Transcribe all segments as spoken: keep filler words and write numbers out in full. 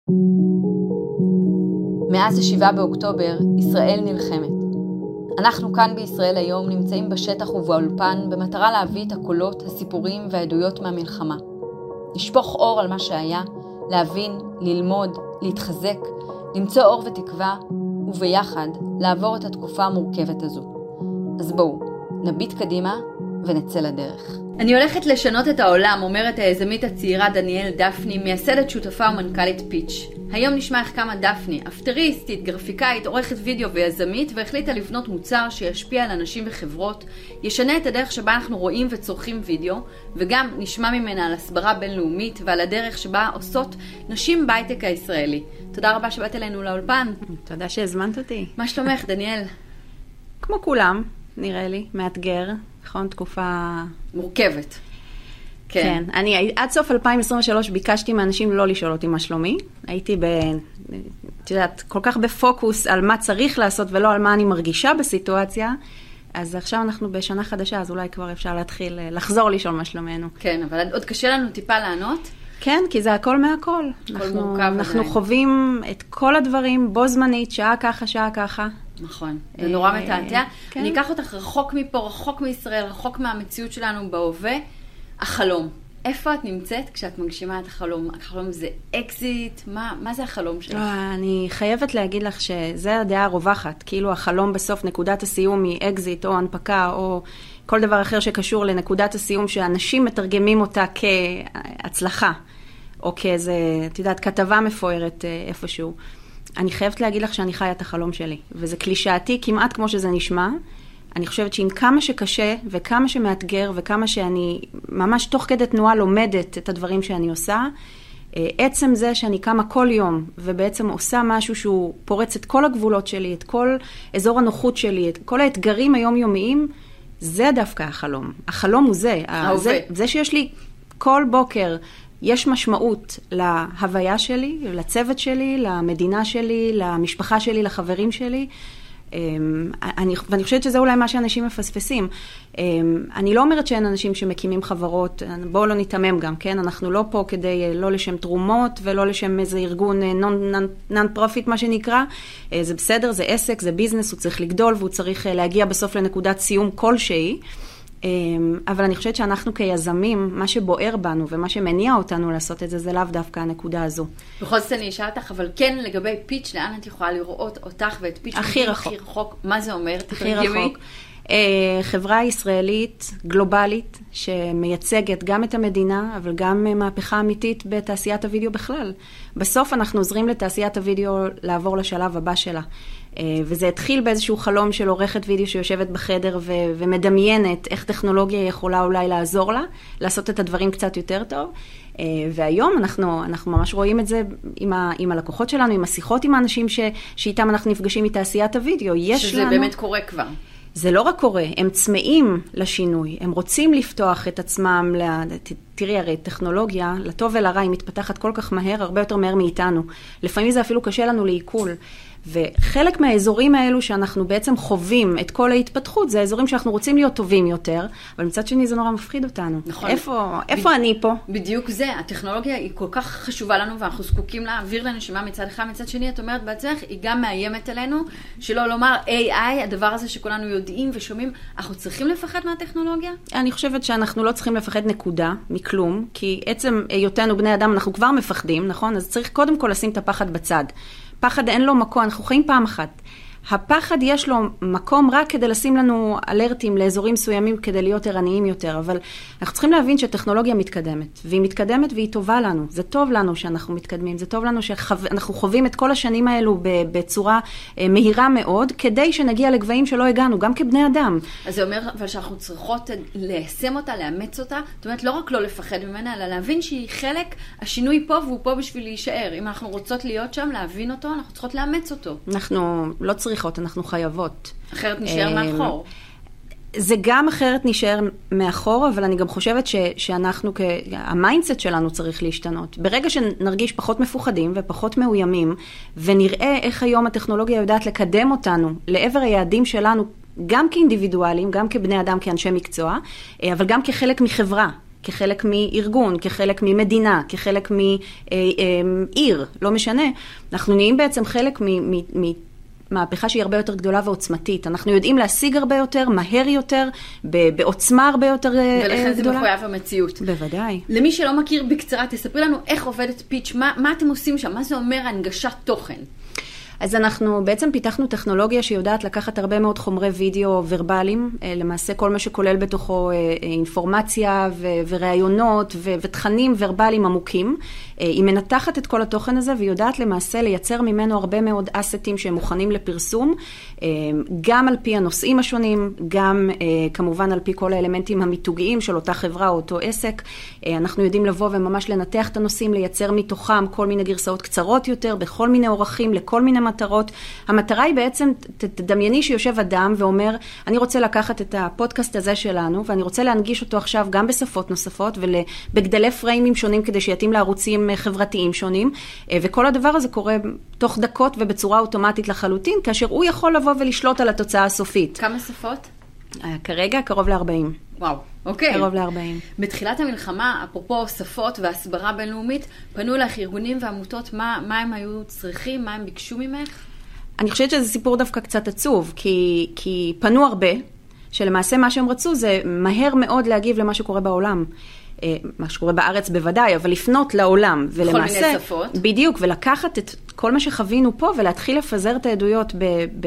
מאז השבעה באוקטובר, ישראל נלחמת. אנחנו כאן בישראל היום נמצאים בשטח ובאולפן במטרה להביא את הקולות, הסיפורים והעדויות מהמלחמה. לשפוך אור על מה שהיה, להבין, ללמוד, להתחזק, למצוא אור ותקווה, וביחד לעבור את התקופה המורכבת הזו. אז בואו, נביט קדימה ונצא לדרך. אני הולכת לשנות את העולם, אומרת היזמית הצעירה דניאל דפני, מייסדת שותפה ומנכ"לית פיץ'. היום נשמע איך קמה דפני, אפטריסטית, גרפיקאית, עורכת וידאו ויזמית, והחליטה לבנות מוצר שישפיע על אנשים וחברות, ישנה את הדרך שבה אנחנו רואים וצורכים וידאו, וגם נשמע ממנה על הסברה בינלאומית ועל הדרך שבה עושות נשים בהייטק הישראלי. תודה רבה שבאת אלינו לאולפן. תודה שהזמנת אותי. מה שלומך, דניאל? כמו כולם, נראה לי, מאתגר, נכון, תקופה מורכבת. כן. כן, אני עד סוף אלפיים עשרים ושלוש ביקשתי מאנשים לא לשאול אותי מה שלומי. הייתי ב, את יודעת, כל כך בפוקוס על מה צריך לעשות ולא על מה אני מרגישה בסיטואציה. אז עכשיו אנחנו בשנה חדשה, אז אולי כבר אפשר להתחיל לחזור לשאול מה שלומנו. כן, אבל עוד קשה לנו טיפה לענות. כן, כי זה הכל מהכל. אנחנו, מורכב אנחנו חווים את כל הדברים בו זמנית, שעה ככה, שעה ככה. נכון, זה נורא מתעתע. כן. אני אקח אותך רחוק מפה, רחוק מישראל, רחוק מהמציאות שלנו בהווה. החלום. איפה את נמצאת כשאת מגשימה את החלום? החלום זה אקזיט? מה, מה זה החלום שלך? אני חייבת להגיד לך שזה הדעה הרווחת. כאילו החלום בסוף, נקודת הסיום היא אקזיט או הנפקה או כל דבר אחר שקשור לנקודת הסיום שאנשים מתרגמים אותה כהצלחה. או כאיזה, את יודעת, כתבה מפוארת איפשהו. אני חייבת להגיד לך שאני חיה את החלום שלי. וזה קלישאתי כמעט כמו שזה נשמע. אני חושבת שעם כמה שקשה וכמה שמאתגר וכמה שאני ממש תוך כדי תנועה לומדת את הדברים שאני עושה, עצם זה שאני קמה כל יום ובעצם עושה משהו שהוא פורץ את כל הגבולות שלי, את כל אזור הנוחות שלי, את כל האתגרים היומיומיים, זה דווקא החלום. החלום הוא זה. זה, זה שיש לי כל בוקר, יש משמעות להוויה שלי, לצוות שלי, למדינה שלי, למשפחה שלי, לחברים שלי. אני, ואני חושבת שזה אולי מה שאנשים מפספסים. אני לא אומרת שאין אנשים שמקימים חברות, בואו לא נתמם גם, כן? אנחנו לא פה כדי לא לשם תרומות ולא לשם איזה ארגון נון פרופיט מה שנקרא. זה בסדר, זה עסק, זה ביזנס, הוא צריך לגדול והוא צריך להגיע בסוף לנקודת סיום כלשהי. אבל אני חושבת שאנחנו כיזמים, מה שבוער בנו ומה שמניע אותנו לעשות את זה, זה לאו דווקא הנקודה הזו. בכל זאת אני אשאל אותך, אבל כן לגבי פיץ', לאן את יכולה לראות אותך ואת פיץ'? הכי רחוק. הכי רחוק. מה זה אומר? הכי רחוק. חברה ישראלית, גלובלית, שמייצגת גם את המדינה, אבל גם מהפכה אמיתית בתעשיית הוידאו בכלל. בסוף אנחנו עוזרים לתעשיית הוידאו לעבור לשלב הבא שלה. וזה התחיל באיזשהו חלום של עורכת וידאו שיושבת בחדר ו- ומדמיינת איך טכנולוגיה יכולה אולי לעזור לה, לעשות את הדברים קצת יותר טוב. והיום אנחנו, אנחנו ממש רואים את זה עם, ה- עם הלקוחות שלנו, עם השיחות עם האנשים ש- שאיתם אנחנו נפגשים מתעשיית הוידאו. שזה לנו... באמת קורה כבר. זה לא רק קורה, הם צמאים לשינוי, הם רוצים לפתוח את עצמם, תראי הרי טכנולוגיה, לטוב ולרע היא מתפתחת כל כך מהר, הרבה יותר מהר מאיתנו. לפעמים זה אפילו קשה לנו לעיכול. וחלק מהאזורים האלו שאנחנו בעצם חווים את כל ההתפתחות, זה האזורים שאנחנו רוצים להיות טובים יותר, אבל מצד שני זה נורא מפחיד אותנו. נכון. איפה, איפה אני פה? בדיוק זה, הטכנולוגיה היא כל כך חשובה לנו, ואנחנו זקוקים להעביר לנשימה מצד אחד, מצד שני, את אומרת בעצמך, היא גם מאיימת עלינו, שלא לומר איי איי, הדבר הזה שכולנו יודעים ושומעים, אנחנו צריכים לפחד מהטכנולוגיה? אני חושבת שאנחנו לא צריכים לפחד נקודה, מכלום, כי עצם היותנו בני אדם, אנחנו כבר מפחדים, נכון? אז צריך קודם כל לשים את הפחד בצד. פחד אין לו מקום, אנחנו חיים פעם אחת. הפחד יש לו מקום רק כדי לשים לנו אלרטים לאזורים מסוימים כדי להיות ערניים יותר, אבל אנחנו צריכים להבין שטכנולוגיה מתקדמת, והיא מתקדמת והיא טובה לנו. זה טוב לנו שאנחנו מתקדמים, זה טוב לנו שאנחנו חווים את כל השנים האלו בצורה מהירה מאוד, כדי שנגיע לגבהים שלא הגענו, גם כבני אדם. אז זה אומר אבל שאנחנו צריכות ליישם אותה, לאמץ אותה, זאת אומרת לא רק לא לפחד ממנה, אלא להבין שהיא חלק, השינוי פה והוא פה בשביל להישאר. אם אנחנו רוצות להיות שם, להבין אותו, אנחנו צריכות לאמץ אותו. אנחנו לא צריכות, אנחנו חייבות. אחרת נשאר מאחור. זה גם אחרת נשאר מאחור, אבל אני גם חושבת ש, שאנחנו, המיינדסט שלנו צריך להשתנות. ברגע שנרגיש פחות מפוחדים ופחות מאוימים, ונראה איך היום הטכנולוגיה יודעת לקדם אותנו לעבר היעדים שלנו, גם כאינדיבידואלים, גם כבני אדם, כאנשי מקצוע, אבל גם כחלק מחברה. כחלק מארגון, כחלק ממדינה, כחלק מעיר, לא משנה. אנחנו נהיים בעצם חלק ממהפכה שהיא הרבה יותר גדולה ועוצמתית. אנחנו יודעים להשיג הרבה יותר, מהר יותר, בעוצמה הרבה יותר גדולה. ולכן זה מחויב המציאות. בוודאי. למי שלא מכיר בקצרה, תספרי לנו איך עובדת פיץ', מה, מה אתם עושים שם? מה זה אומר הנגשת תוכן? אז אנחנו בעצם פיתחנו טכנולוגיה שיודעת לקחת הרבה מאוד חומרי וידאו ורבליים, למעשה כל מה שכולל בתוכו אינפורמציה וראיונות ותכנים ורבליים עמוקים. היא מנתחת את כל התוכן הזה והיא יודעת למעשה לייצר ממנו הרבה מאוד אסטים שהם מוכנים לפרסום, גם על פי הנושאים השונים, גם כמובן על פי כל האלמנטים המיתוגיים של אותה חברה או אותו עסק. אנחנו יודעים לבוא וממש לנתח את הנושאים, לייצר מתוכם כל מיני גרסאות קצרות יותר, בכל מיני אורחים, לכל מיני מטרות. המטרה היא בעצם, תדמייני שיושב אדם ואומר, אני רוצה לקחת את הפודקאסט הזה שלנו, ואני רוצה להנגיש אותו עכשיו גם בשפות נוספות, ובגדלי פריימים שונים כדי שיתאים לערוצים חברתיים שונים, וכל הדבר הזה קורה תוך דקות ובצורה אוטומטית לחלוטין, כאשר הוא יכול לבוא ולשלוט על התוצאה הסופית. כמה שפות? כרגע קרוב ל-ארבעים. וואו, אוקיי. קרוב ל-ארבעים. בתחילת המלחמה, אפרופו שפות והסברה בינלאומית, פנו לך ארגונים ועמותות, מה, מה הם היו צריכים, מה הם ביקשו ממך? אני חושבת שזה סיפור דווקא קצת עצוב, כי, כי פנו הרבה, שלמעשה מה שהם רצו זה מהר מאוד להגיב למה שקורה בעולם. מה שקורה בארץ בוודאי, אבל לפנות לעולם, ולמעשה, כל מיני שפות. בדיוק, ולקחת את כל מה שחווינו פה, ולהתחיל לפזר את העדויות ב, ב,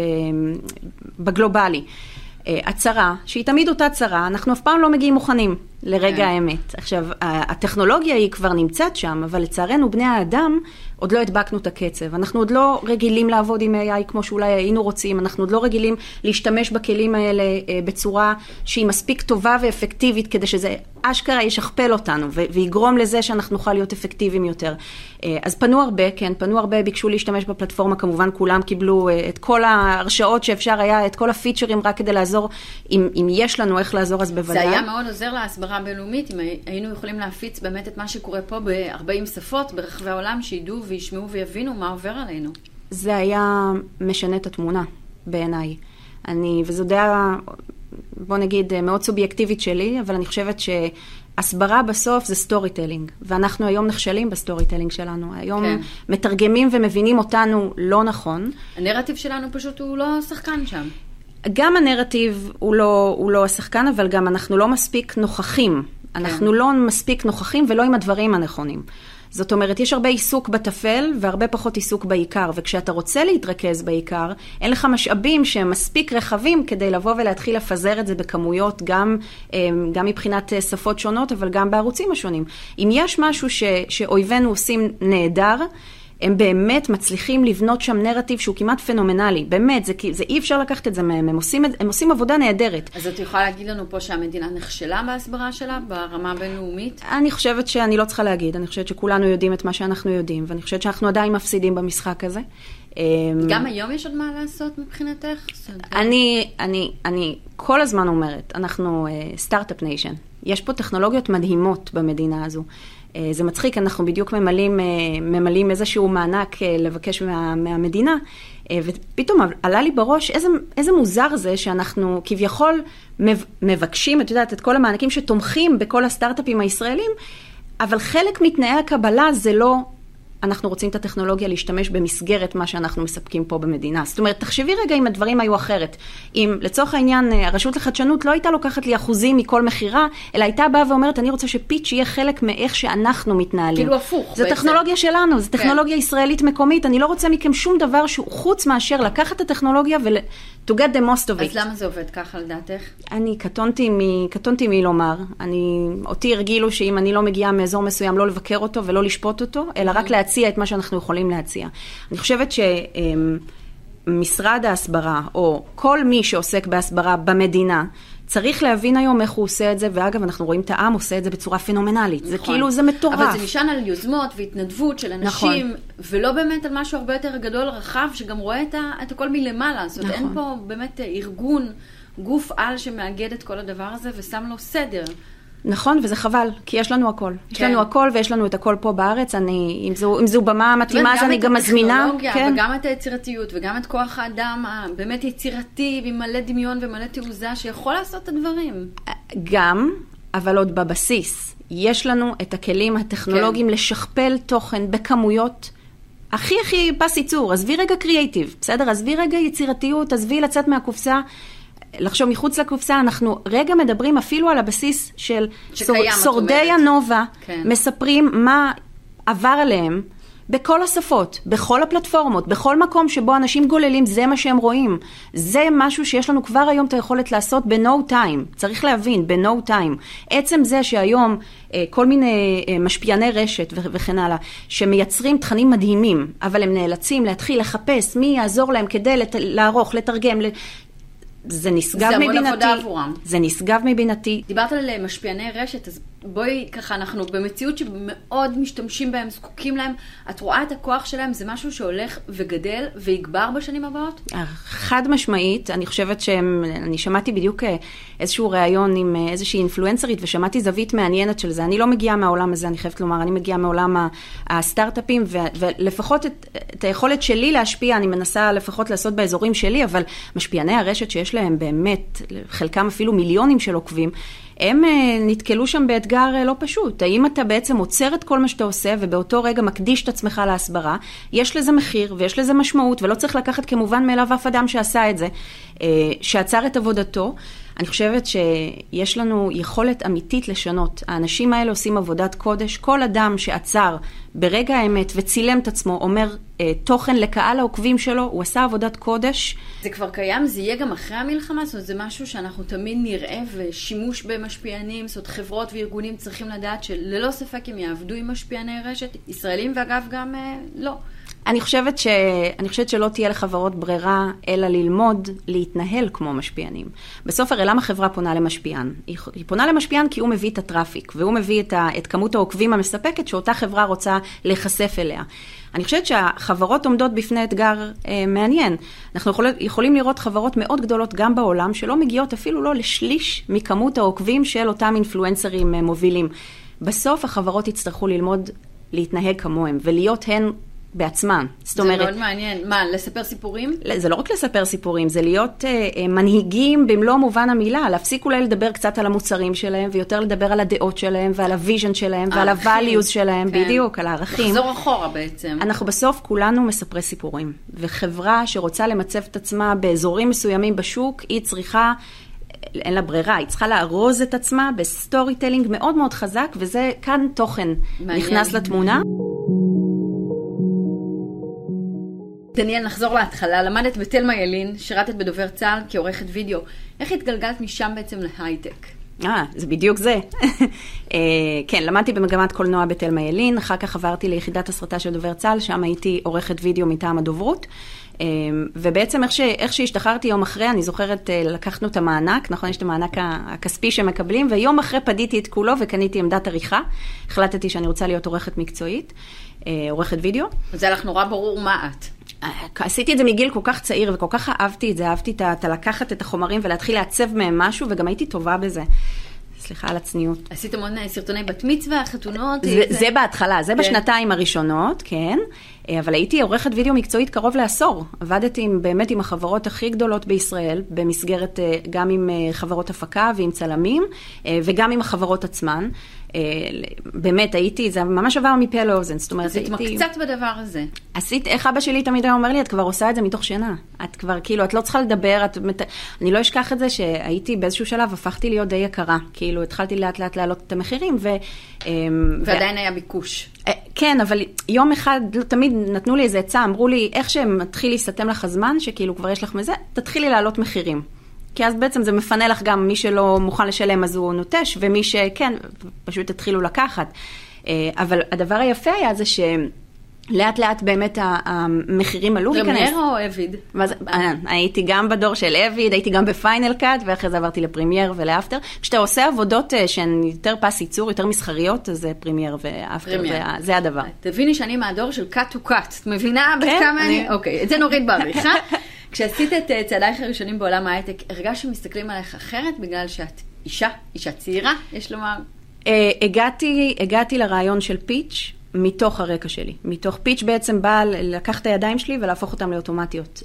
בגלובלי. הצרה, שהיא תמיד אותה צרה, אנחנו אף פעם לא מגיעים מוכנים לרגע האמת. עכשיו, הטכנולוגיה היא כבר נמצאת שם, אבל לצערנו בני האדם עוד לא הדבקנו את הקצב. אנחנו עוד לא רגילים לעבוד עם איי איי כמו שאולי היינו רוצים, אנחנו עוד לא רגילים להשתמש בכלים האלה בצורה שהיא מספיק טובה ואפקטיבית, כדי שזה אשכרה ישכפל אותנו, ויגרום לזה שאנחנו נוכל להיות אפקטיביים יותר. אז פנו הרבה, כן, פנו הרבה, ביקשו להשתמש בפלטפורמה, כמובן כולם קיבלו את כל ההרשאות שאפשר היה, את כל הפיצ'רים רק כדי לעזור, אם, אם יש לנו איך לעזור, אז בוודאי. זה היה מאוד עוזר להסברה הבינלאומית, אם היינו יכולים להפיץ באמת את מה שקורה פה ב-ארבעים שפות ברחבי העולם, שידעו וישמעו ויבינו מה עובר עלינו. זה היה משנה את התמונה בעיניי. אני, וזו דעה, בוא נגיד, מאוד סובייקטיבית שלי, אבל אני חושבת שהסברה בסוף זה סטורי טלינג, ואנחנו היום נכשלים בסטורי טלינג שלנו. היום כן. מתרגמים ומבינים אותנו לא נכון. הנרטיב שלנו פשוט הוא לא שחקן שם. גם הנרטיב הוא לא, הוא לא השחקן, אבל גם אנחנו לא מספיק נוכחים. אנחנו כן. לא מספיק נוכחים ולא עם הדברים הנכונים. זאת אומרת, יש הרבה עיסוק בטפל והרבה פחות עיסוק בעיקר, וכשאתה רוצה להתרכז בעיקר, אין לך משאבים שהם מספיק רחבים כדי לבוא ולהתחיל לפזר את זה בכמויות, גם, גם מבחינת שפות שונות, אבל גם בערוצים השונים. אם יש משהו ש, שאויבינו עושים נהדר, הם באמת מצליחים לבנות שם נרטיב שהוא כמעט פנומנלי. באמת, זה, זה אי אפשר לקחת את זה מהם. הם עושים, הם עושים עבודה נהדרת. אז את יכולה להגיד לנו פה שהמדינה נכשלה בהסברה שלה, ברמה הבינלאומית? אני חושבת שאני לא צריכה להגיד. אני חושבת שכולנו יודעים את מה שאנחנו יודעים, ואני חושבת שאנחנו עדיין מפסידים במשחק הזה. גם היום יש עוד מה לעשות מבחינתך? אני, אני, אני כל הזמן אומרת, אנחנו סטארט-אפ ניישן. יש פה טכנולוגיות מדהימות במדינה הזו. זה מצחיק, אנחנו בדיוק ממלאים, ממלאים איזשהו מענק לבקש מה, מהמדינה, ופתאום עלה לי בראש איזה, איזה מוזר זה שאנחנו כביכול מבקשים, את יודעת, את כל המענקים שתומכים בכל הסטארט-אפים הישראלים, אבל חלק מתנאי הקבלה זה לא, אנחנו רוצים את הטכנולוגיה להשתמש במסגרת מה שאנחנו מספקים פה במדינה. זאת אומרת, תחשבי רגע אם הדברים היו אחרת. אם לצורך העניין, הרשות לחדשנות לא הייתה לוקחת לי אחוזים מכל מחירה, אלא הייתה באה ואומרת, אני רוצה שפיץ' יהיה חלק מאיך שאנחנו מתנהלים. כאילו הפוך. זו טכנולוגיה שלנו, זו טכנולוגיה ישראלית מקומית, אני לא רוצה מכם שום דבר שהוא חוץ מאשר לקחת את הטכנולוגיה ול... to get the most of it. אז למה זה עובד ככה לדעתך? אני קטונתי מ... קטונתי מי לומר. אני... אותי הרגילו שאם אני לא מגיעה מאזור מסוים, לא לבקר אותו ולא לשפוט אותו, אלא רק להציע את מה שאנחנו יכולים להציע. אני חושבת שמשרד ההסברה, או כל מי שעוסק בהסברה במדינה, צריך להבין היום איך הוא עושה את זה, ואגב, אנחנו רואים את העם עושה את זה בצורה פנומנלית. זה כאילו, זה מטורף. אבל זה נשען על יוזמות והתנדבות של אנשים, ולא באמת על משהו הרבה יותר גדול, רחב, שגם רואה את הכל מלמעלה. זאת אומרת, אין פה באמת ארגון, גוף על שמאגד את כל הדבר הזה, ושם לו סדר. נכון, וזה חבל, כי יש לנו הכל. כן. יש לנו הכל, ויש לנו את הכל פה בארץ. אני, אם זו, אם זו במה מתאימה, אז אני גם מזמינה. כן. וגם את היצירתיות, וגם את כוח האדם, באמת יצירתי, עם מלא דמיון ומלא תעוזה, שיכול לעשות את הדברים. גם, אבל עוד בבסיס. יש לנו את הכלים הטכנולוגיים כן. לשכפל תוכן בכמויות הכי הכי פס ייצור. עזבי רגע קריאייטיב, בסדר? עזבי רגע יצירתיות, עזבי לצאת מהקופסה, לחשוב מחוץ לקופסה. אנחנו רגע מדברים אפילו על הבסיס של שקיים, שורדי הנובה, כן. מספרים מה עבר עליהם, בכל השפות, בכל הפלטפורמות, בכל מקום שבו אנשים גוללים, זה מה שהם רואים. זה משהו שיש לנו כבר היום את היכולת לעשות ב-no time. צריך להבין, ב-no time. עצם זה שהיום כל מיני משפיעני רשת וכן הלאה, שמייצרים תכנים מדהימים, אבל הם נאלצים להתחיל לחפש מי יעזור להם כדי לערוך, לתרגם, זה נשגב מבינתי. זה המון עבודה עבורם. זה נשגב מבינתי. דיברת על משפיעני רשת, אז בואי ככה, אנחנו במציאות שמאוד משתמשים בהם, זקוקים להם. את רואה את הכוח שלהם, זה משהו שהולך וגדל ויגבר בשנים הבאות? חד משמעית, אני חושבת שהם, אני שמעתי בדיוק איזשהו ראיון עם איזושהי אינפלואנסרית, ושמעתי זווית מעניינת של זה. אני לא מגיעה מהעולם הזה, אני חייבת לומר, אני מגיעה מעולם הסטארט-אפים, ולפחות את, את היכולת שלי להשפיע, אני מנסה לפחות לעשות באזורים שלי, אבל משפיעני הרשת שיש להם באמת, חלקם אפילו מיליונים של עוקבים, הם נתקלו שם באתגר לא פשוט. האם אתה בעצם עוצר את כל מה שאתה עושה, ובאותו רגע מקדיש את עצמך להסברה, יש לזה מחיר ויש לזה משמעות, ולא צריך לקחת כמובן מאליו אף אדם שעשה את זה, שעצר את עבודתו. אני חושבת שיש לנו יכולת אמיתית לשנות. האנשים האלה עושים עבודת קודש. כל אדם שעצר ברגע האמת וצילם את עצמו, אומר תוכן לקהל העוקבים שלו, הוא עשה עבודת קודש. זה כבר קיים, זה יהיה גם אחרי המלחמה, זאת אומרת, זה משהו שאנחנו תמיד נראה, ושימוש במשפיענים, זאת אומרת, חברות וארגונים צריכים לדעת שללא ספק הם יעבדו עם משפיעני רשת, ישראלים ואגב גם אה, לא. אני חושבת ש... אני חושבת שלא תהיה לחברות ברירה, אלא ללמוד להתנהל כמו משפיענים. בסוף הרי למה חברה פונה למשפיען? היא פונה למשפיען כי הוא מביא את הטראפיק, והוא מביא את, ה... את כמות העוקבים המספקת שאותה חברה רוצה להיחשף אליה. אני חושבת שהחברות עומדות בפני אתגר אה, מעניין. אנחנו יכול... יכולים לראות חברות מאוד גדולות גם בעולם, שלא מגיעות אפילו לא לשליש מכמות העוקבים של אותם אינפלואנסרים אה, מובילים. בסוף החברות יצטרכו ללמוד להתנהג כמוהם, ולהיות הן בעצמן. זה אומרת, מאוד מעניין. מה, לספר סיפורים? זה לא רק לספר סיפורים, זה להיות uh, מנהיגים במלוא מובן המילה, להפסיק אולי לדבר קצת על המוצרים שלהם, ויותר לדבר על הדעות שלהם, ועל הוויז'ן שלהם, ועל הvalues שלהם, כן. בדיוק, על הערכים. לחזור אחורה בעצם. אנחנו בסוף כולנו מספרי סיפורים, וחברה שרוצה למצב את עצמה באזורים מסוימים בשוק, היא צריכה, אין לה ברירה, היא צריכה לארוז את עצמה בסטורי טלינג מאוד מאוד חזק, וזה כאן תוכן מעניין. נכנס לתמונה. דניאל, נחזור להתחלה. למדת בתלמה ילין, שירתת בדובר צה"ל כעורכת וידאו. איך התגלגלת משם בעצם להייטק? אה, זה בדיוק זה. כן, למדתי במגמת קולנוע בתלמה ילין, אחר כך עברתי ליחידת הסרטה של דובר צה"ל, שם הייתי עורכת וידאו מטעם הדוברות, ובעצם איך, ש... איך שהשתחררתי יום אחרי, אני זוכרת, לקחנו את המענק, נכון, יש את המענק הכספי שמקבלים, ויום אחרי פדיתי את כולו וקניתי עמדת עריכה. החלטתי שאני רוצה להיות עורכת מקצועית, עורכת וידאו. זה לך נורא ברור מה את. עשיתי את זה מגיל כל כך צעיר, וכל כך אהבתי את זה, אהבתי את לקחת את החומרים ולהתחיל לעצב מהם משהו, וגם הייתי טובה בזה. סליחה על הצניעות. עשית המון סרטוני בת מצווה, חתונות? זה, זה... זה בהתחלה, זה כן. בשנתיים הראשונות, כן. אבל הייתי עורכת וידאו מקצועית קרוב לעשור. עבדתי עם, באמת עם החברות הכי גדולות בישראל, במסגרת גם עם חברות הפקה ועם צלמים, וגם עם החברות עצמן. באמת הייתי, זה ממש עבר מפה לאוזן. זאת אומרת, אז הייתי... קצת בדבר הזה. עשית, איך אבא שלי תמיד היה אומר לי, את כבר עושה את זה מתוך שינה. את כבר, כאילו, את לא צריכה לדבר, את... אני לא אשכח את זה שהייתי באיזשהו שלב, הפכתי להיות די יקרה. כאילו, התחלתי לאט לאט להעלות את המחירים, ו... ועדיין היה ביקוש. כן, אבל יום אחד, תמיד נתנו לי איזה עצה, אמרו לי, איך שמתחיל להסתתם לך הזמן, שכאילו כבר יש לך מזה, תתחילי להעלות מחירים. כי אז בעצם זה מפנה לך גם מי שלא מוכן לשלם, אז הוא נוטש, ומי שכן, פשוט התחילו לקחת. אבל הדבר היפה היה זה שלאט לאט באמת המחירים עלו. פרמייר או אביד? הייתי גם בדור של אביד, הייתי גם בפיינל קאט, ואחרי זה עברתי לפרמייר ולאפטר. כשאתה עושה עבודות שהן יותר פס ייצור, יותר מסחריות, אז זה פרמייר ואפטר, זה הדבר. תביני שאני מהדור של קאט טו קאט. את מבינה בכמה אני... אוקיי, את זה נוריד בעריכה. כשעשית את צעדייך הראשונים בעולם ההייטק, הרגש שמסתכלים עליך אחרת בגלל שאת אישה, אישה צעירה, יש לומר? הגעתי, הגעתי לרעיון של פיץ' מתוך הרקע שלי. מתוך פיץ' בעצם בא לקח את הידיים שלי ולהפוך אותם לאוטומטיות.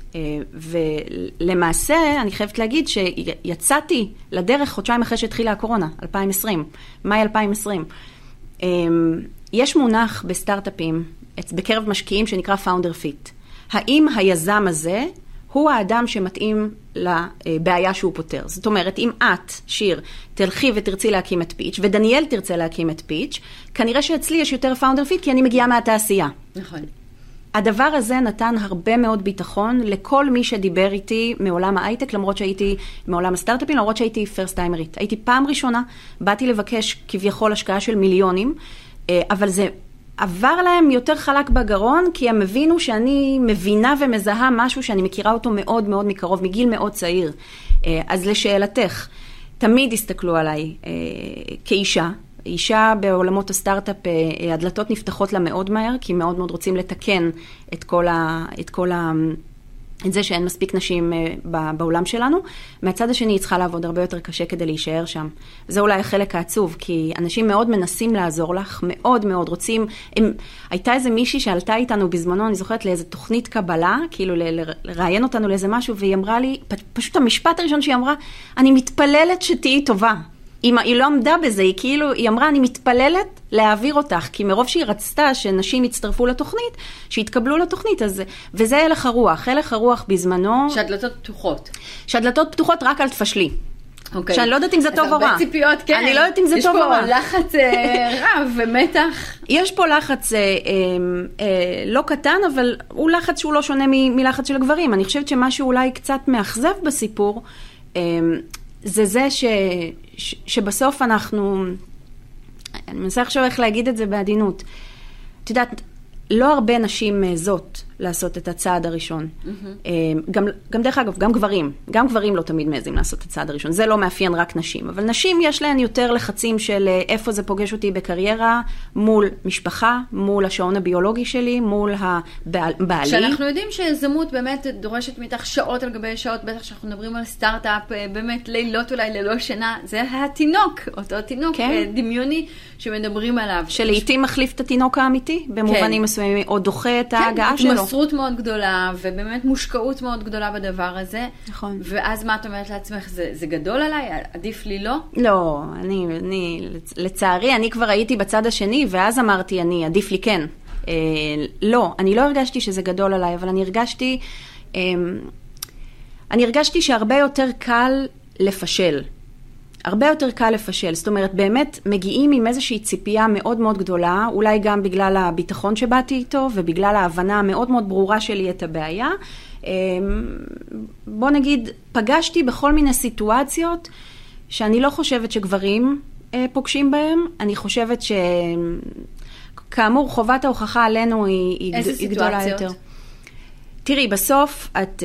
ולמעשה, אני חייבת להגיד שיצאתי לדרך חודשיים אחרי שהתחילה הקורונה, אלפיים עשרים, מאי אלפיים עשרים. יש מונח בסטארט-אפים, בקרב משקיעים שנקרא founder fit. האם היזם הזה הוא האדם שמתאים לבעיה שהוא פותר? זאת אומרת, אם את, שיר, תלכי ותרצי להקים את פיץ', ודניאל תרצה להקים את פיץ', כנראה שאצלי יש יותר founder fit, כי אני מגיעה מהתעשייה. נכון. הדבר הזה נתן הרבה מאוד ביטחון לכל מי שדיבר איתי מעולם ההייטק, למרות שהייתי מעולם הסטארט-אפים, למרות שהייתי פרסט טיימרית. הייתי פעם ראשונה, באתי לבקש כביכול השקעה של מיליונים, אבל זה עבר להם יותר חלק בגרון, כי הם הבינו שאני מבינה ומזהה משהו שאני מכירה אותו מאוד מאוד מקרוב, מגיל מאוד צעיר. אז לשאלתך, תמיד הסתכלו עליי כאישה, אישה בעולמות הסטארט-אפ, הדלתות נפתחות לה מאוד מהר, כי מאוד מאוד רוצים לתקן את כל ה... את כל ה... את זה שאין מספיק נשים בעולם שלנו. מהצד השני היא צריכה לעבוד הרבה יותר קשה כדי להישאר שם. זה אולי החלק העצוב, כי אנשים מאוד מנסים לעזור לך, מאוד מאוד רוצים. הם, הייתה איזה מישהי שעלתה איתנו בזמנו, אני זוכרת לאיזה תוכנית קבלה, כאילו לראיין אותנו לאיזה משהו, והיא אמרה לי, פשוט המשפט הראשון שהיא אמרה, אני מתפללת שתהיי טובה. היא לא עמדה בזה, היא כאילו, היא אמרה, אני מתפללת להעביר אותך, כי מרוב שהיא רצתה שנשים יצטרפו לתוכנית, שיתקבלו לתוכנית, אז, וזה הלך הרוח, הלך הרוח בזמנו. שהדלתות פתוחות. שהדלתות פתוחות רק על תפשלי. אוקיי. שאני לא יודעת אם זה טוב או רע. אז הרבה ציפיות, כן. אני לא יודעת אם זה טוב או רע. יש פה לחץ רב ומתח. יש פה לחץ אה, אה, לא קטן, אבל הוא לחץ שהוא לא שונה מ- מלחץ של הגברים. אני חושבת שמשהו אולי קצת מאכזב בסיפור, אה, זה זה ש, ש, שבסוף אנחנו, אני מנסה עכשיו איך להגיד את זה בעדינות. את יודעת, לא הרבה נשים מעזות לעשות את הצעד הראשון. Mm-hmm. גם, גם דרך אגב, גם גברים. גם גברים לא תמיד מעזים לעשות את הצעד הראשון. זה לא מאפיין רק נשים. אבל נשים יש להן יותר לחצים של איפה זה פוגש אותי בקריירה, מול משפחה, מול השעון הביולוגי שלי, מול הבעלי. שאנחנו יודעים שיזמות באמת דורשת מתך שעות על גבי שעות, בטח שאנחנו מדברים על סטארט-אפ, באמת לילות אולי ללא שינה. זה התינוק, אותו תינוק כן. דמיוני שמדברים עליו. שלעיתים מחליף את התינוק האמיתי, במובנים כן. מסוימים, או דוחה את ההגעה כן, שלו. מסרות מאוד גדולה, ובאמת מושקעות מאוד גדולה בדבר הזה. נכון. ואז מה את אומרת לעצמך? זה, זה גדול עליי? עדיף לי לא? לא, אני, אני, לצערי, אני כבר הייתי בצד השני, ואז אמרתי, אני, עדיף לי כן. אה, לא, אני לא הרגשתי שזה גדול עליי, אבל אני הרגשתי, אה, אני הרגשתי שהרבה יותר קל לפשל. הרבה יותר קל לפשל. זאת אומרת, באמת מגיעים עם איזושהי ציפייה מאוד מאוד גדולה, אולי גם בגלל הביטחון שבאתי איתו, ובגלל ההבנה המאוד מאוד ברורה שלי את הבעיה. בוא נגיד, פגשתי בכל מיני סיטואציות שאני לא חושבת שגברים פוגשים בהם. אני חושבת שכאמור, חובת ההוכחה עלינו היא, היא גדולה יותר. תראי, בסוף את...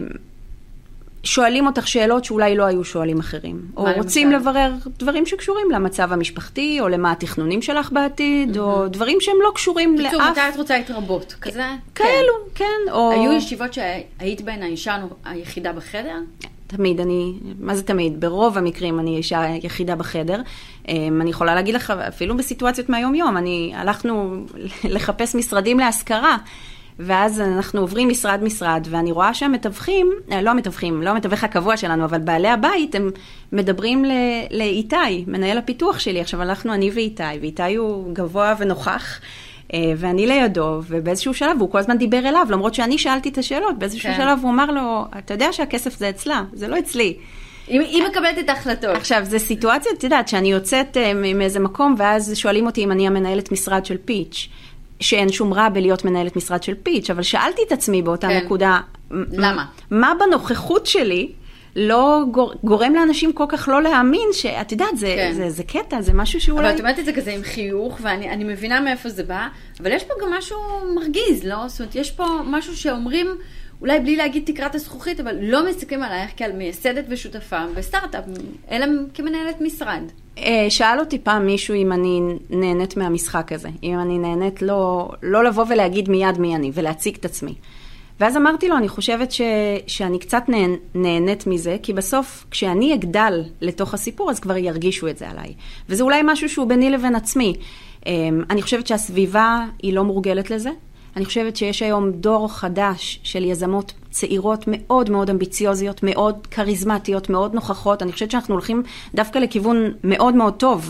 שואלים אותך שאלות שאולי לא היו שואלים אחרים. או רוצים למשל? לברר דברים שקשורים למצב המשפחתי, או למה התכנונים שלך בעתיד, mm-hmm. או דברים שהם לא קשורים לאף... בקיצור, מתי את רוצה להתרבות? כזה? כאלו, כן. כן או... היו ישיבות שהיית בהן האישה היחידה בחדר? תמיד, אני... מה זה תמיד? ברוב המקרים אני אישה היחידה בחדר. אני יכולה להגיד לך, אפילו בסיטואציות מהיום-יום, אני הלכנו לחפש משרדים להשכרה, ואז אנחנו עוברים משרד משרד, ואני רואה שהם מתווכים, לא מתווכים, לא המתווך הקבוע שלנו, אבל בעלי הבית, הם מדברים לאיתי, מנהל הפיתוח שלי. עכשיו הלכנו אני ואיתי, ואיתי הוא גבוה ונוכח, ואני לידו, ובאיזשהו שלב הוא כל הזמן דיבר אליו, למרות שאני שאלתי את השאלות, באיזשהו כן. שלב הוא אמר לו, אתה יודע שהכסף זה אצלה, זה לא אצלי. היא מקבלת את ההחלטות. עכשיו, זו סיטואציה, את יודעת, שאני יוצאת מאיזה מקום, ואז שואלים אותי אם אני המנהלת משרד של פיץ'. שאין שום רע בלהיות מנהלת משרד של פיץ', אבל שאלתי את עצמי באותה כן. נקודה, למה? מה בנוכחות שלי לא גורם לאנשים כל כך לא להאמין, שאת יודעת, זה, כן. זה, זה קטע, זה משהו שאולי... אבל את אומרת את זה כזה עם חיוך, ואני אני מבינה מאיפה זה בא, אבל יש פה גם משהו מרגיז, לא? זאת אומרת, יש פה משהו שאומרים, אולי בלי להגיד תקרת הזכוכית, אבל לא מסתכלים עלייך כעל מייסדת ושותפה בסטארט-אפ, אלא כמנהלת משרד. שאל אותי פעם מישהו אם אני נהנית מהמשחק הזה, אם אני נהנית לא, לא לבוא ולהגיד מיד מי אני, ולהציג את עצמי. ואז אמרתי לו, אני חושבת ש, שאני קצת נהנית מזה, כי בסוף כשאני אגדל לתוך הסיפור, אז כבר ירגישו את זה עליי. וזה אולי משהו שהוא ביני לבין עצמי. אני חושבת שהסביבה היא לא מורגלת לזה. אני חושבת שיש היום דור חדש של יזמות צעירות מאוד מאוד אמביציוזיות, מאוד קריזמטיות, מאוד נוכחות. אני חושבת שאנחנו הולכים דווקא לכיוון מאוד מאוד טוב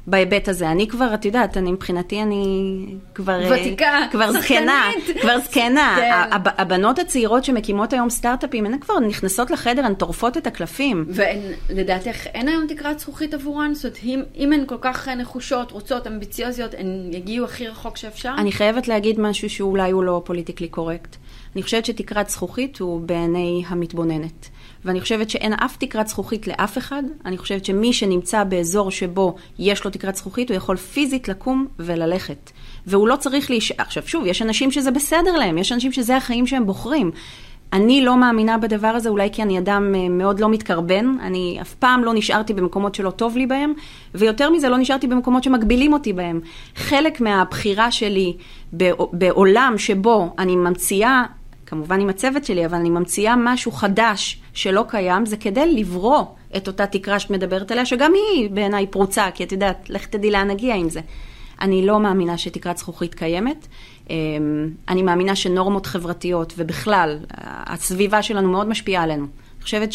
בהיבט הזה. אני כבר, את יודעת, אני מבחינתי, אני כבר... ותיקה, כבר זקנה, כבר זקנה. כן. הבנות הצעירות שמקימות היום סטארט-אפים, הן כבר נכנסות לחדר, הן טורפות את הקלפים. ולדעתך, אין היום תקרת זכוכית עבורן? זאת אומרת, אם, אם הן כל כך נחושות, רוצות, אמביציוזיות, הן יגיעו הכי רחוק שאפשר? אני חייבת להגיד משהו שאולי הוא לא פוליטיקלי קורקט. אני חושבת שתקרת זכוכית הוא בעיני המתבוננת. ואני חושבת שאין אף תקרת זכוכית לאף אחד. אני חושבת שמי שנמצא באזור שבו יש לו תקרת זכוכית, הוא יכול פיזית לקום וללכת. והוא לא צריך להישאר. עכשיו שוב, יש אנשים שזה בסדר להם, יש אנשים שזה החיים שהם בוחרים. אני לא מאמינה בדבר הזה, אולי כי אני אדם מאוד לא מתקרבן. אני אף פעם לא נשארתי במקומות שלא טוב לי בהם, ויותר מזה לא נשארתי במקומות שמגבילים אותי בהם. חלק מהבחירה שלי בעולם שבו אני ממציאה, כמובן עם הצוות שלי, אבל אני ממציאה משהו חדש שלא קיים, זה כדי לברוא את אותה תקרה שאת מדברת עליה, שגם היא בעיניי פרוצה, כי את יודעת, לך תדעי לאן נגיע עם זה. אני לא מאמינה שתקרת זכוכית קיימת. אני מאמינה שנורמות חברתיות, ובכלל, הסביבה שלנו מאוד משפיעה עלינו. אני חושבת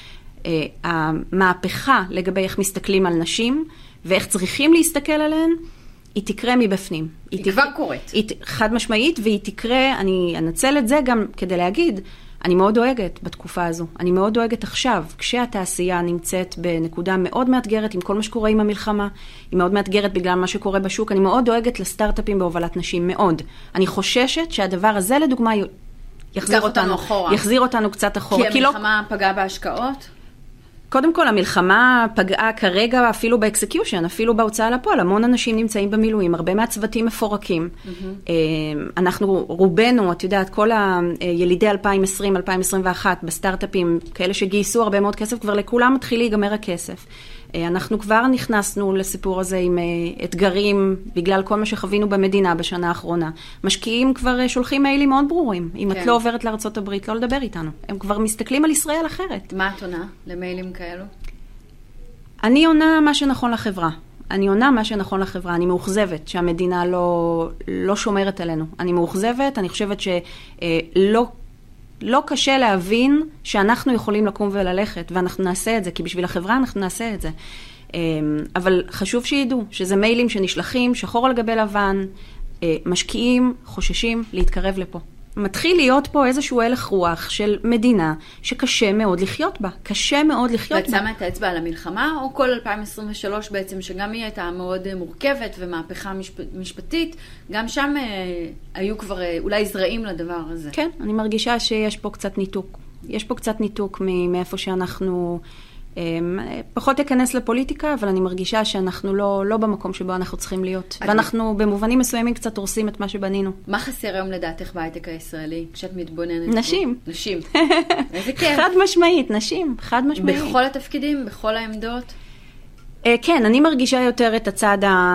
שהמהפכה לגבי איך מסתכלים על נשים, ואיך צריכים להסתכל עליהן, היא תקרה מבפנים. היא כבר קורית. חד משמעית, והיא תקרה, אני אנצל את זה גם כדי להגיד, אני מאוד דואגת בתקופה הזו. אני מאוד דואגת עכשיו, כשהתעשייה נמצאת בנקודה מאוד מאתגרת עם כל מה שקורה עם המלחמה, היא מאוד מאתגרת בגלל מה שקורה בשוק, אני מאוד דואגת לסטארט-אפים בהובלת נשים, מאוד. אני חוששת שהדבר הזה, לדוגמה, יחזיר אותנו, אותנו יחזיר אותנו קצת אחורה. כי המלחמה לא... פגעה בהשקעות? קודם כל, המלחמה פגעה כרגע אפילו באקסקיושן, אפילו בהוצאה לפועל. המון אנשים נמצאים במילואים, הרבה מהצוותים מפורקים. Mm-hmm. אנחנו, רובנו, את יודעת, כל הילידי אלפיים עשרים אלפיים עשרים ואחת בסטארט-אפים, כאלה שגייסו הרבה מאוד כסף, כבר לכולם מתחיל להיגמר הכסף. אנחנו כבר נכנסנו לסיפור הזה עם אתגרים, בגלל כל מה שחווינו במדינה בשנה האחרונה. משקיעים כבר שולחים מיילים מאוד ברורים. אם כן. את לא עוברת לארצות הברית, לא לדבר איתנו. הם כבר מסתכלים על ישראל אחרת. מה את עונה למיילים כאלו? אני עונה מה שנכון לחברה. אני עונה מה שנכון לחברה. אני מאוכזבת שהמדינה לא, לא שומרת עלינו. אני מאוכזבת, אני חושבת שלא... לא קשה להבין שאנחנו יכולים לקום וללכת, ואנחנו נעשה את זה, כי בשביל החברה אנחנו נעשה את זה. אבל חשוב שידעו שזה מיילים שנשלחים, שחור על גבי לבן, משקיעים, חוששים להתקרב לפה. מתחיל להיות פה איזשהו הלך רוח של מדינה שקשה מאוד לחיות בה. קשה מאוד לחיות בה. ואת שמה את האצבע על המלחמה, או כל אלפיים עשרים ושלוש בעצם, שגם היא הייתה מאוד מורכבת ומהפכה משפ... משפטית, גם שם אה, היו כבר אה, אולי זרעים לדבר הזה. כן, אני מרגישה שיש פה קצת ניתוק. יש פה קצת ניתוק מאיפה שאנחנו... פחות אכנס לפוליטיקה, אבל אני מרגישה שאנחנו לא, לא במקום שבו אנחנו צריכים להיות. ואנחנו במובנים מסוימים קצת הורסים את מה שבנינו. מה חסר היום לדעתך בהייטק הישראלי, כשאת מתבוננת? נשים. נשים. איזה כיף. חד משמעית, נשים. חד משמעית. בכל התפקידים, בכל העמדות? כן, אני מרגישה יותר את הצד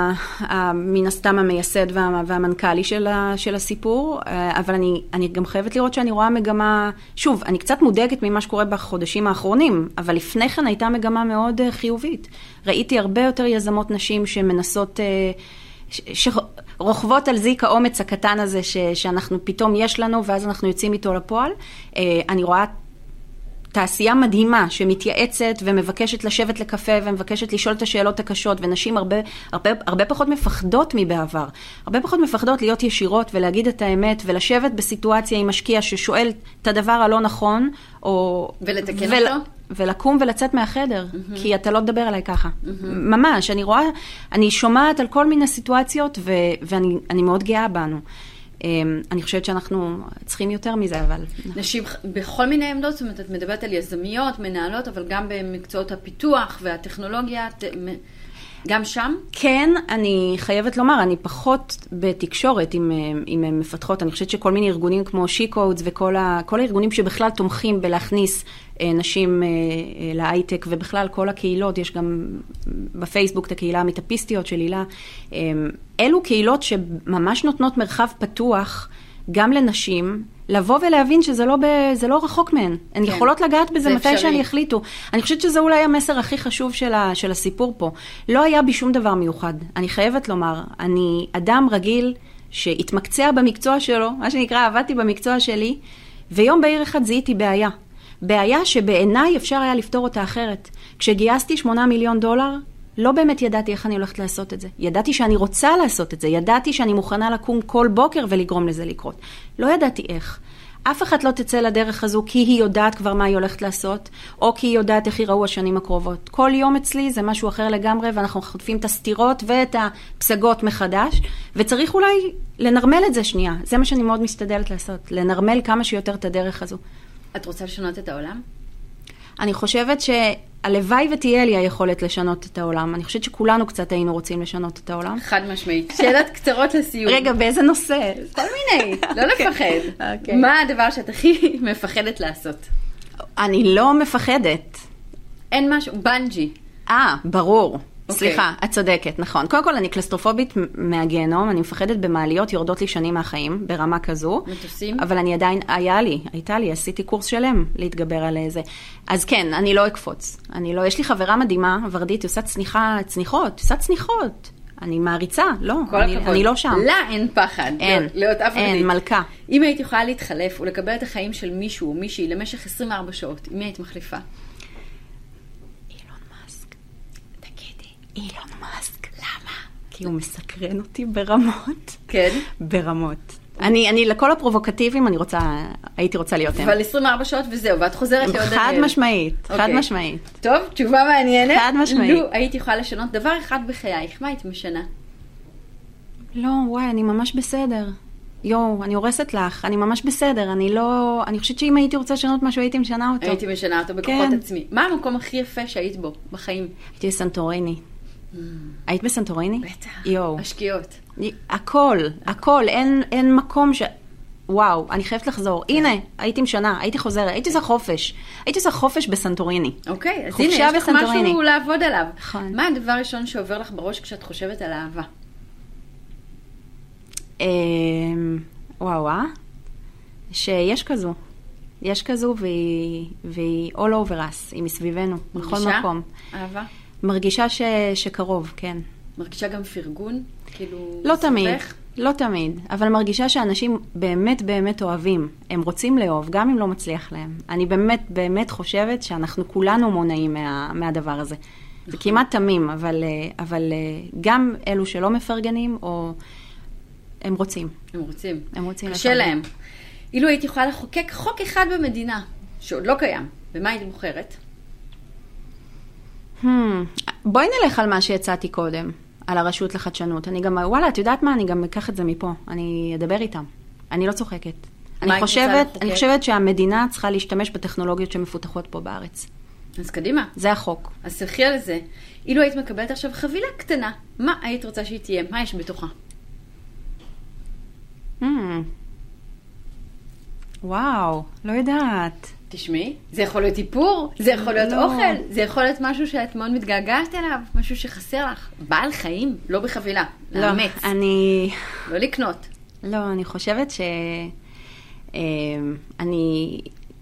מן הסתם המייסד והמנכ"לי של הסיפור, אבל אני, אני גם חייבת לראות שאני רואה מגמה, שוב, אני קצת מודאגת ממה שקורה בחודשים האחרונים, אבל לפני כן הייתה מגמה מאוד חיובית. ראיתי הרבה יותר יזמות נשים שמנסות, שרוכבות על זיק האומץ הקטן הזה שאנחנו פתאום יש לנו, ואז אנחנו יוצאים איתו לפועל. אני רואה תעשייה מדהימה שמתייעצת ומבקשת לשבת לקפה ומבקשת לשאול את השאלות הקשות, ונשים הרבה, הרבה, הרבה פחות מפחדות מבעבר. הרבה פחות מפחדות להיות ישירות ולהגיד את האמת ולשבת בסיטואציה עם משקיע ששואל את הדבר הלא נכון, או... ולתקן ול... אותו? ולקום ולצאת מהחדר, mm-hmm. כי אתה לא תדבר עליי ככה. Mm-hmm. ממש, אני רואה, אני שומעת על כל מיני סיטואציות ו... ואני אני מאוד גאה בנו. אני חושבת שאנחנו צריכים יותר מזה, אבל... נשים בכל מיני עמדות, זאת אומרת, את מדברת על יזמיות, מנהלות, אבל גם במקצועות הפיתוח והטכנולוגיה, גם שם? כן, אני חייבת לומר, אני פחות בתקשורת עם, עם מפתחות. אני חושבת שכל מיני ארגונים כמו She-Codes וכל ה, כל הארגונים שבכלל תומכים בלהכניס נשים להייטק, ובכלל כל הקהילות, יש גם בפייסבוק את הקהילה המטאפיסטיות של הילה, אלו קהילות שממש נותנות מרחב פתוח גם לנשים, לבוא ולהבין שזה לא, ב, זה לא רחוק מהן. הן כן. יכולות לגעת בזה מתי אפשרי. שאני החליטו. אני חושבת שזה אולי המסר הכי חשוב של, ה, של הסיפור פה. לא היה בי שום דבר מיוחד. אני חייבת לומר, אני אדם רגיל שהתמקצע במקצוע שלו, מה שנקרא, עבדתי במקצוע שלי, ויום בהיר אחד זיהיתי בעיה. בעיה שבעיניי אפשר היה לפתור אותה אחרת. כשגייסתי שמונה מיליון דולר, לא באמת ידעתי איך אני הולכת לעשות את זה. ידעתי שאני רוצה לעשות את זה. ידעתי שאני מוכנה לקום כל בוקר ולגרום לזה לקרות. לא ידעתי איך. אף אחד לא תצא לדרך הזו כי היא יודעת כבר מה היא הולכת לעשות, או כי היא יודעת איך ייראו השנים הקרובות. כל יום אצלי זה משהו אחר לגמרי, ואנחנו חוטפים את הסתירות ואת הפסגות מחדש, וצריך אולי לנרמל את זה שנייה. זה מה שאני מאוד משתדלת לעשות, לנרמל כמה שיותר את הדרך הזו. את רוצה לשנות את העולם? אני חושבת שהלוואי ותהיה לי היכולת לשנות את העולם. אני חושבת שכולנו קצת היינו רוצים לשנות את העולם. חד משמעית. שאלות קצרות לסיום. רגע, באיזה נושא? כל מיני, לא לפחד. מה הדבר שאת הכי מפחדת לעשות? אני לא מפחדת. אין משהו, בנג'י. אה, ברור. סליחה, את צודקת, נכון. קודם כל, אני קלסטרופובית מהגיהנום, אני מפחדת במעליות, יורדות לי שנים מהחיים, ברמה כזו. מטוסים? אבל אני עדיין, היה לי, הייתה לי, עשיתי קורס שלם להתגבר על זה. אז כן, אני לא אקפוץ. אני לא, יש לי חברה מדהימה, ורדית, היא עושה צניחה, צניחות, עושה צניחות. אני מעריצה, לא, אני, אני לא שם. לה אין פחד. אין, להיות אף אין, ורדית. מלכה. אם היית יכולה להתחלף ולקבל את החיים של מישהו או מישהי למשך עשרים וארבע שעות, אם היית מחליפה? אילון מאסק. למה? כי הוא מסקרן אותי ברמות. כן? ברמות. אני, אני, לכל הפרובוקטיביים, אני רוצה, הייתי רוצה להיות הם. אבל עשרים וארבע שעות וזהו, ואת חוזרת לעוד חד משמעית, חד משמעית. טוב, תשובה מעניינת. חד משמעית. לו הייתי יכולה לשנות דבר אחד בחייך, מה היית משנה? לא, וואי, אני ממש בסדר. יו, אני הורסת לך, אני ממש בסדר, אני לא, אני חושבת שאם הייתי רוצה לשנות משהו, הייתי משנה אותו. הייתי משנה אותו בכוחות עצמי. מה המקום הכי יפה שהיית בו, בחיים? הייתי בסנטוריני. היית בסנטוריני? בטח. יו. השקיעות. הכל, הכל, אין, אין מקום ש... וואו, אני חייבת לחזור. הנה, הייתי משנה, הייתי חוזרת, הייתי עושה חופש. הייתי עושה חופש בסנטוריני. אוקיי, אז הנה, יש לך משהו לעבוד עליו. מה הדבר הראשון שעובר לך בראש כשאת חושבת על אהבה? וואו, אה? שיש כזו. יש כזו והיא, והיא all over us, היא מסביבנו, בכל מקום. מרגישה אהבה? מרגישה ש, שקרוב, כן. מרגישה גם פרגון? כאילו... לא תמיד, לא תמיד. אבל מרגישה שאנשים באמת באמת אוהבים. הם רוצים לאהוב, גם אם לא מצליח להם. אני באמת באמת חושבת שאנחנו כולנו מונעים מה, מהדבר הזה. נכון. זה כמעט תמים, אבל, אבל גם אלו שלא מפרגנים, או... הם רוצים. הם רוצים. הם רוצים. קשה להם. אילו הייתי יכולה לחוקק חוק אחד במדינה, שעוד לא קיים, ומה היית בוחרת? Hmm, בואי נלך על מה שהצעתי קודם, על הרשות לחדשנות. אני גם, וואלה, את יודעת מה? אני גם אקח את זה מפה. אני אדבר איתם. אני לא צוחקת. אני חושבת, אני חושבת שהמדינה צריכה להשתמש בטכנולוגיות שמפותחות פה בארץ. אז קדימה. זה החוק. אז תלכי על זה. אילו היית מקבלת עכשיו חבילה קטנה, מה היית רוצה שהיא תהיה? מה יש בתוכה? Hmm. וואו, לא יודעת. תשמעי, זה יכול להיות איפור, זה יכול להיות לא. אוכל, זה יכול להיות משהו שאת מאוד מתגעגעת אליו, משהו שחסר לך. בעל חיים, לא בחבילה, לא, לאמץ. אני... לא לקנות. לא, אני חושבת ש... אני...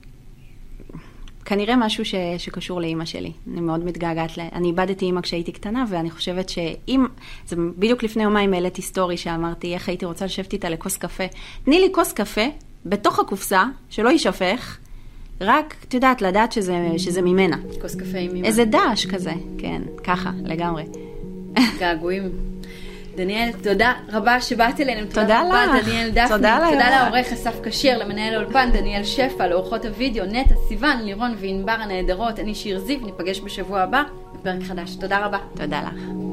כנראה משהו ש... שקשור לאמא שלי. אני מאוד מתגעגעת לה. אני איבדתי אמא כשהייתי קטנה, ואני חושבת שאם... זה בדיוק לפני יומיים העליתי סטורי שאמרתי איך הייתי רוצה לשבת איתה לכוס קפה. תני לי כוס קפה בתוך הקופסה, שלא יישפך, רק, את יודעת, לדעת שזה, שזה ממנה. כוס קפה עם אמא. איזה דש כזה, כן, ככה, לגמרי. געגועים. דניאל, תודה רבה שבאת אלינו. תודה לך. דניאל דפני. תודה לך. תודה לעורך אסף כשר, למנהל האולפן, דניאל שפע, לאורחות הוידאו, נטע, סיוון, לירון וענבר הנהדרות. אני שיר זיו, ניפגש בשבוע הבא בפרק חדש. תודה רבה. תודה לך.